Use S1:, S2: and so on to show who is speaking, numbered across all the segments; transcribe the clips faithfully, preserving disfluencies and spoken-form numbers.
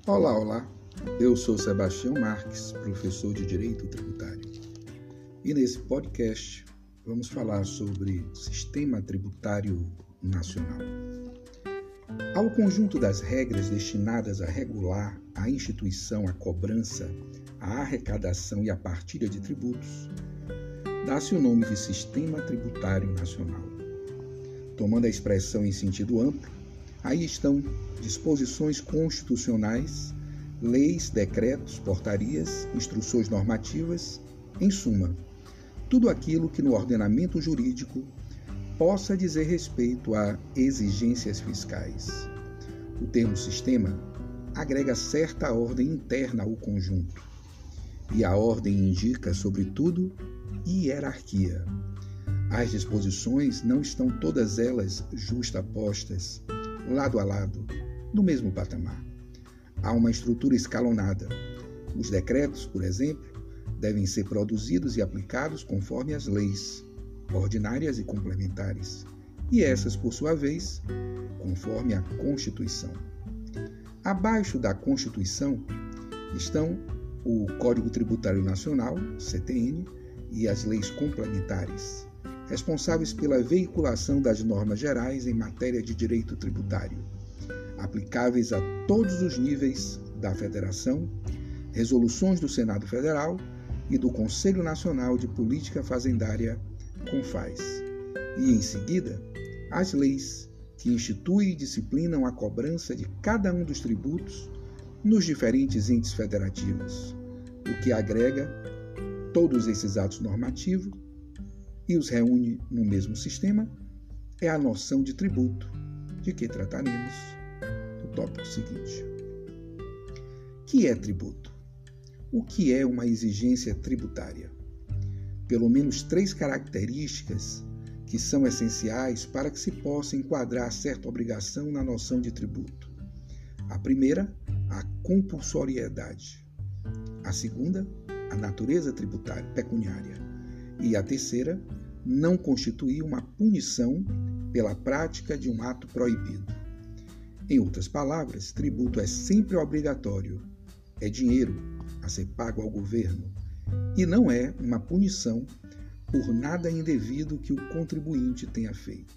S1: Olá, olá! Eu sou Sebastião Marques, professor de Direito Tributário. E nesse podcast vamos falar sobre Sistema Tributário Nacional. Ao conjunto das regras destinadas a regular a instituição, a cobrança, a arrecadação e a partilha de tributos, dá-se o nome de Sistema Tributário Nacional. Tomando a expressão em sentido amplo, aí estão disposições constitucionais, leis, decretos, portarias, instruções normativas, em suma, tudo aquilo que no ordenamento jurídico possa dizer respeito a exigências fiscais. O termo sistema agrega certa ordem interna ao conjunto, e a ordem indica, sobretudo, hierarquia. As disposições não estão todas elas justapostas, lado a lado, no mesmo patamar. Há uma estrutura escalonada. Os decretos, por exemplo, devem ser produzidos e aplicados conforme as leis, ordinárias e complementares, e essas, por sua vez, conforme a Constituição. Abaixo da Constituição estão o Código Tributário Nacional, C T N, e as leis complementares, responsáveis pela veiculação das normas gerais em matéria de direito tributário, aplicáveis a todos os níveis da Federação, resoluções do Senado Federal e do Conselho Nacional de Política Fazendária, CONFAS, e, em seguida, as leis que instituem e disciplinam a cobrança de cada um dos tributos nos diferentes entes federativos, o que agrega todos esses atos normativos e os reúne no mesmo sistema, é a noção de tributo, de que trataremos no tópico seguinte. Que é tributo? O que é uma exigência tributária? Pelo menos três características que são essenciais para que se possa enquadrar certa obrigação na noção de tributo. A primeira, a compulsoriedade. A segunda, a natureza tributária, pecuniária. E a terceira, não constituir uma punição pela prática de um ato proibido. Em outras palavras, tributo é sempre obrigatório, é dinheiro a ser pago ao governo e não é uma punição por nada indevido que o contribuinte tenha feito.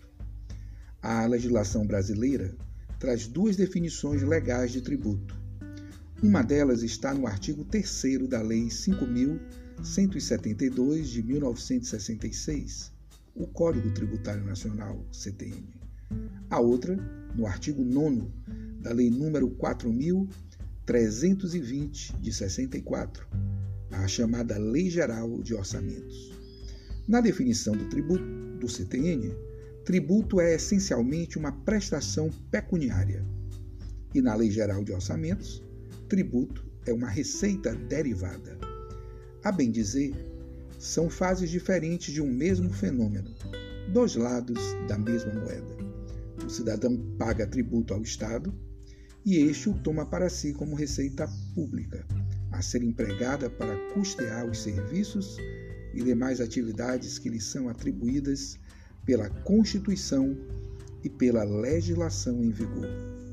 S1: A legislação brasileira traz duas definições legais de tributo. Uma delas está no artigo terceiro da Lei cinco mil cento e setenta e dois de mil novecentos e sessenta e seis, o Código Tributário Nacional, C T N. A outra, no artigo nono da Lei número quatro mil trezentos e vinte de sessenta e quatro, a chamada Lei Geral de Orçamentos. Na definição do tributo do C T N, tributo é essencialmente uma prestação pecuniária. E na Lei Geral de Orçamentos, tributo é uma receita derivada. A bem dizer, são fases diferentes de um mesmo fenômeno, dois lados da mesma moeda. O cidadão paga tributo ao Estado e este o toma para si como receita pública, a ser empregada para custear os serviços e demais atividades que lhe são atribuídas pela Constituição e pela legislação em vigor.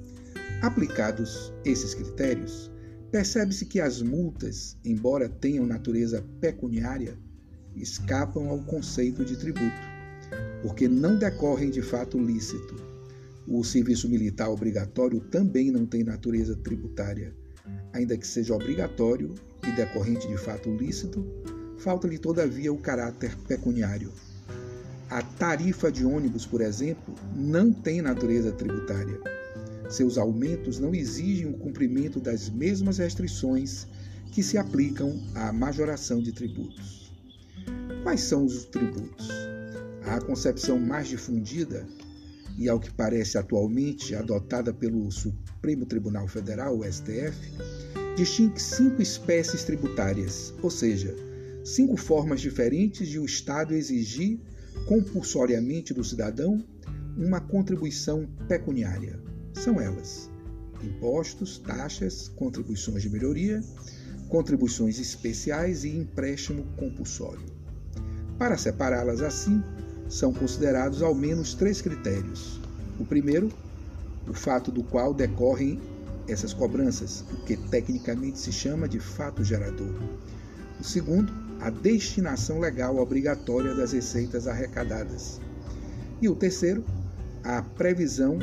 S1: Aplicados esses critérios, percebe-se que as multas, embora tenham natureza pecuniária, escapam ao conceito de tributo, porque não decorrem de fato lícito. O serviço militar obrigatório também não tem natureza tributária, ainda que seja obrigatório e decorrente de fato lícito, falta-lhe todavia o caráter pecuniário. A tarifa de ônibus, por exemplo, não tem natureza tributária. Seus aumentos não exigem o cumprimento das mesmas restrições que se aplicam à majoração de tributos. Quais são os tributos? A concepção mais difundida, e ao que parece atualmente adotada pelo Supremo Tribunal Federal, o S T F, distingue cinco espécies tributárias, ou seja, cinco formas diferentes de o Estado exigir compulsoriamente do cidadão uma contribuição pecuniária. São elas: impostos, taxas, contribuições de melhoria, contribuições especiais e empréstimo compulsório. Para separá-las assim, são considerados ao menos três critérios. O primeiro, o fato do qual decorrem essas cobranças, o que tecnicamente se chama de fato gerador. O segundo, a destinação legal obrigatória das receitas arrecadadas. E o terceiro, a previsão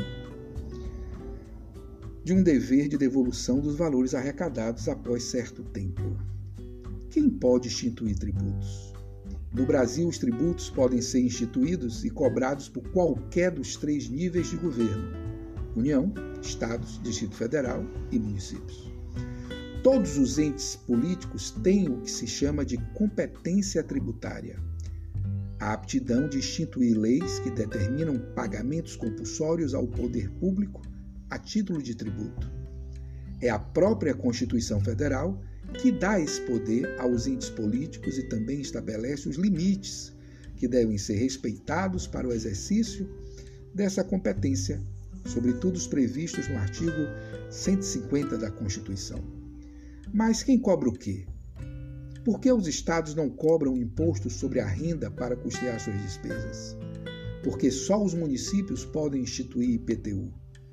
S1: de um dever de devolução dos valores arrecadados após certo tempo. Quem pode instituir tributos? No Brasil, os tributos podem ser instituídos e cobrados por qualquer dos três níveis de governo: União, Estados, Distrito Federal e municípios. Todos os entes políticos têm o que se chama de competência tributária, a aptidão de instituir leis que determinam pagamentos compulsórios ao poder público a título de tributo. É a própria Constituição Federal que dá esse poder aos entes políticos e também estabelece os limites que devem ser respeitados para o exercício dessa competência, sobretudo os previstos no artigo cento e cinquenta da Constituição. Mas quem cobra o quê? Por que os estados não cobram imposto sobre a renda para custear suas despesas? Porque só os municípios podem instituir I P T U.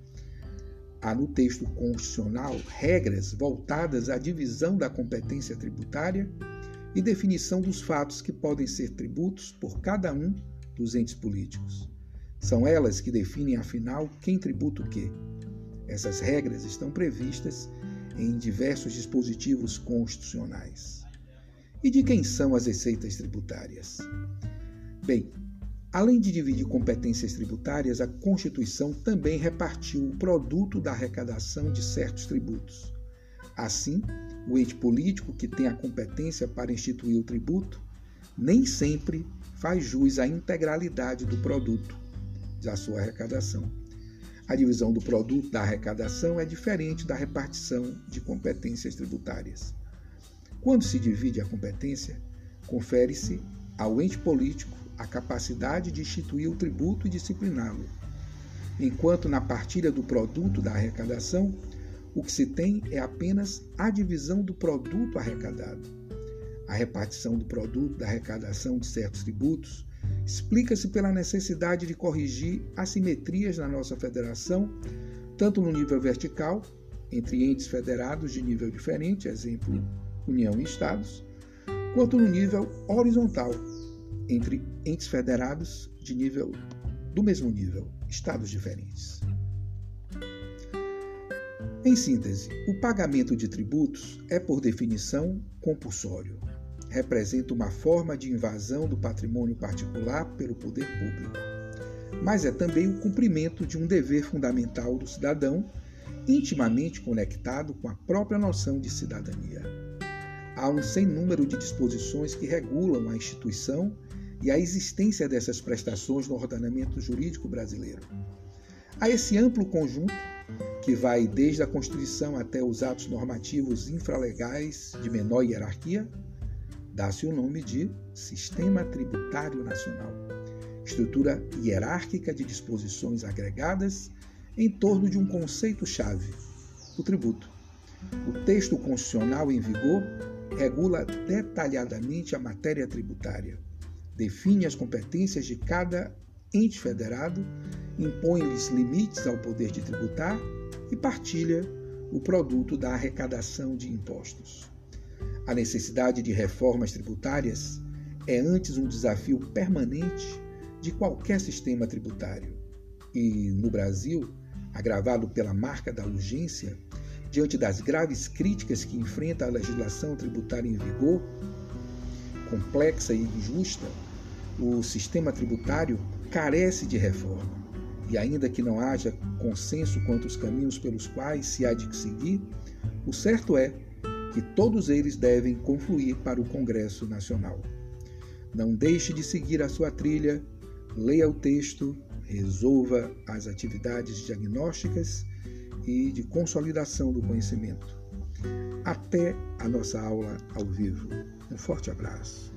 S1: Há no texto constitucional regras voltadas à divisão da competência tributária e definição dos fatos que podem ser tributos por cada um dos entes políticos. São elas que definem, afinal, quem tributa o quê. Essas regras estão previstas em diversos dispositivos constitucionais. E de quem são as receitas tributárias? Bem, além de dividir competências tributárias, a Constituição também repartiu o produto da arrecadação de certos tributos. Assim, o ente político que tem a competência para instituir o tributo nem sempre faz jus à integralidade do produto da sua arrecadação. A divisão do produto da arrecadação é diferente da repartição de competências tributárias. Quando se divide a competência, confere-se ao ente político a capacidade de instituir o tributo e discipliná-lo, enquanto na partilha do produto da arrecadação, o que se tem é apenas a divisão do produto arrecadado. A repartição do produto da arrecadação de certos tributos explica-se pela necessidade de corrigir assimetrias na nossa federação, tanto no nível vertical, entre entes federados de nível diferente, exemplo, União e Estados, quanto no nível horizontal, entre entes federados de nível do mesmo nível, estados diferentes. Em síntese, o pagamento de tributos é, por definição, compulsório. Representa uma forma de invasão do patrimônio particular pelo poder público, mas é também o cumprimento de um dever fundamental do cidadão, intimamente conectado com a própria noção de cidadania. Há um sem número de disposições que regulam a instituição e a existência dessas prestações no ordenamento jurídico brasileiro. A esse amplo conjunto, que vai desde a Constituição até os atos normativos infralegais de menor hierarquia, dá-se o nome de Sistema Tributário Nacional, estrutura hierárquica de disposições agregadas em torno de um conceito-chave, o tributo. O texto constitucional em vigor regula detalhadamente a matéria tributária, define as competências de cada ente federado, impõe-lhes limites ao poder de tributar e partilha o produto da arrecadação de impostos. A necessidade de reformas tributárias é antes um desafio permanente de qualquer sistema tributário e, no Brasil, agravado pela marca da urgência, diante das graves críticas que enfrenta a legislação tributária em vigor, complexa e injusta, o sistema tributário carece de reforma. E ainda que não haja consenso quanto aos caminhos pelos quais se há de seguir, o certo é que todos eles devem confluir para o Congresso Nacional. Não deixe de seguir a sua trilha, leia o texto, resolva as atividades diagnósticas e de consolidação do conhecimento. Até a nossa aula ao vivo. Um forte abraço.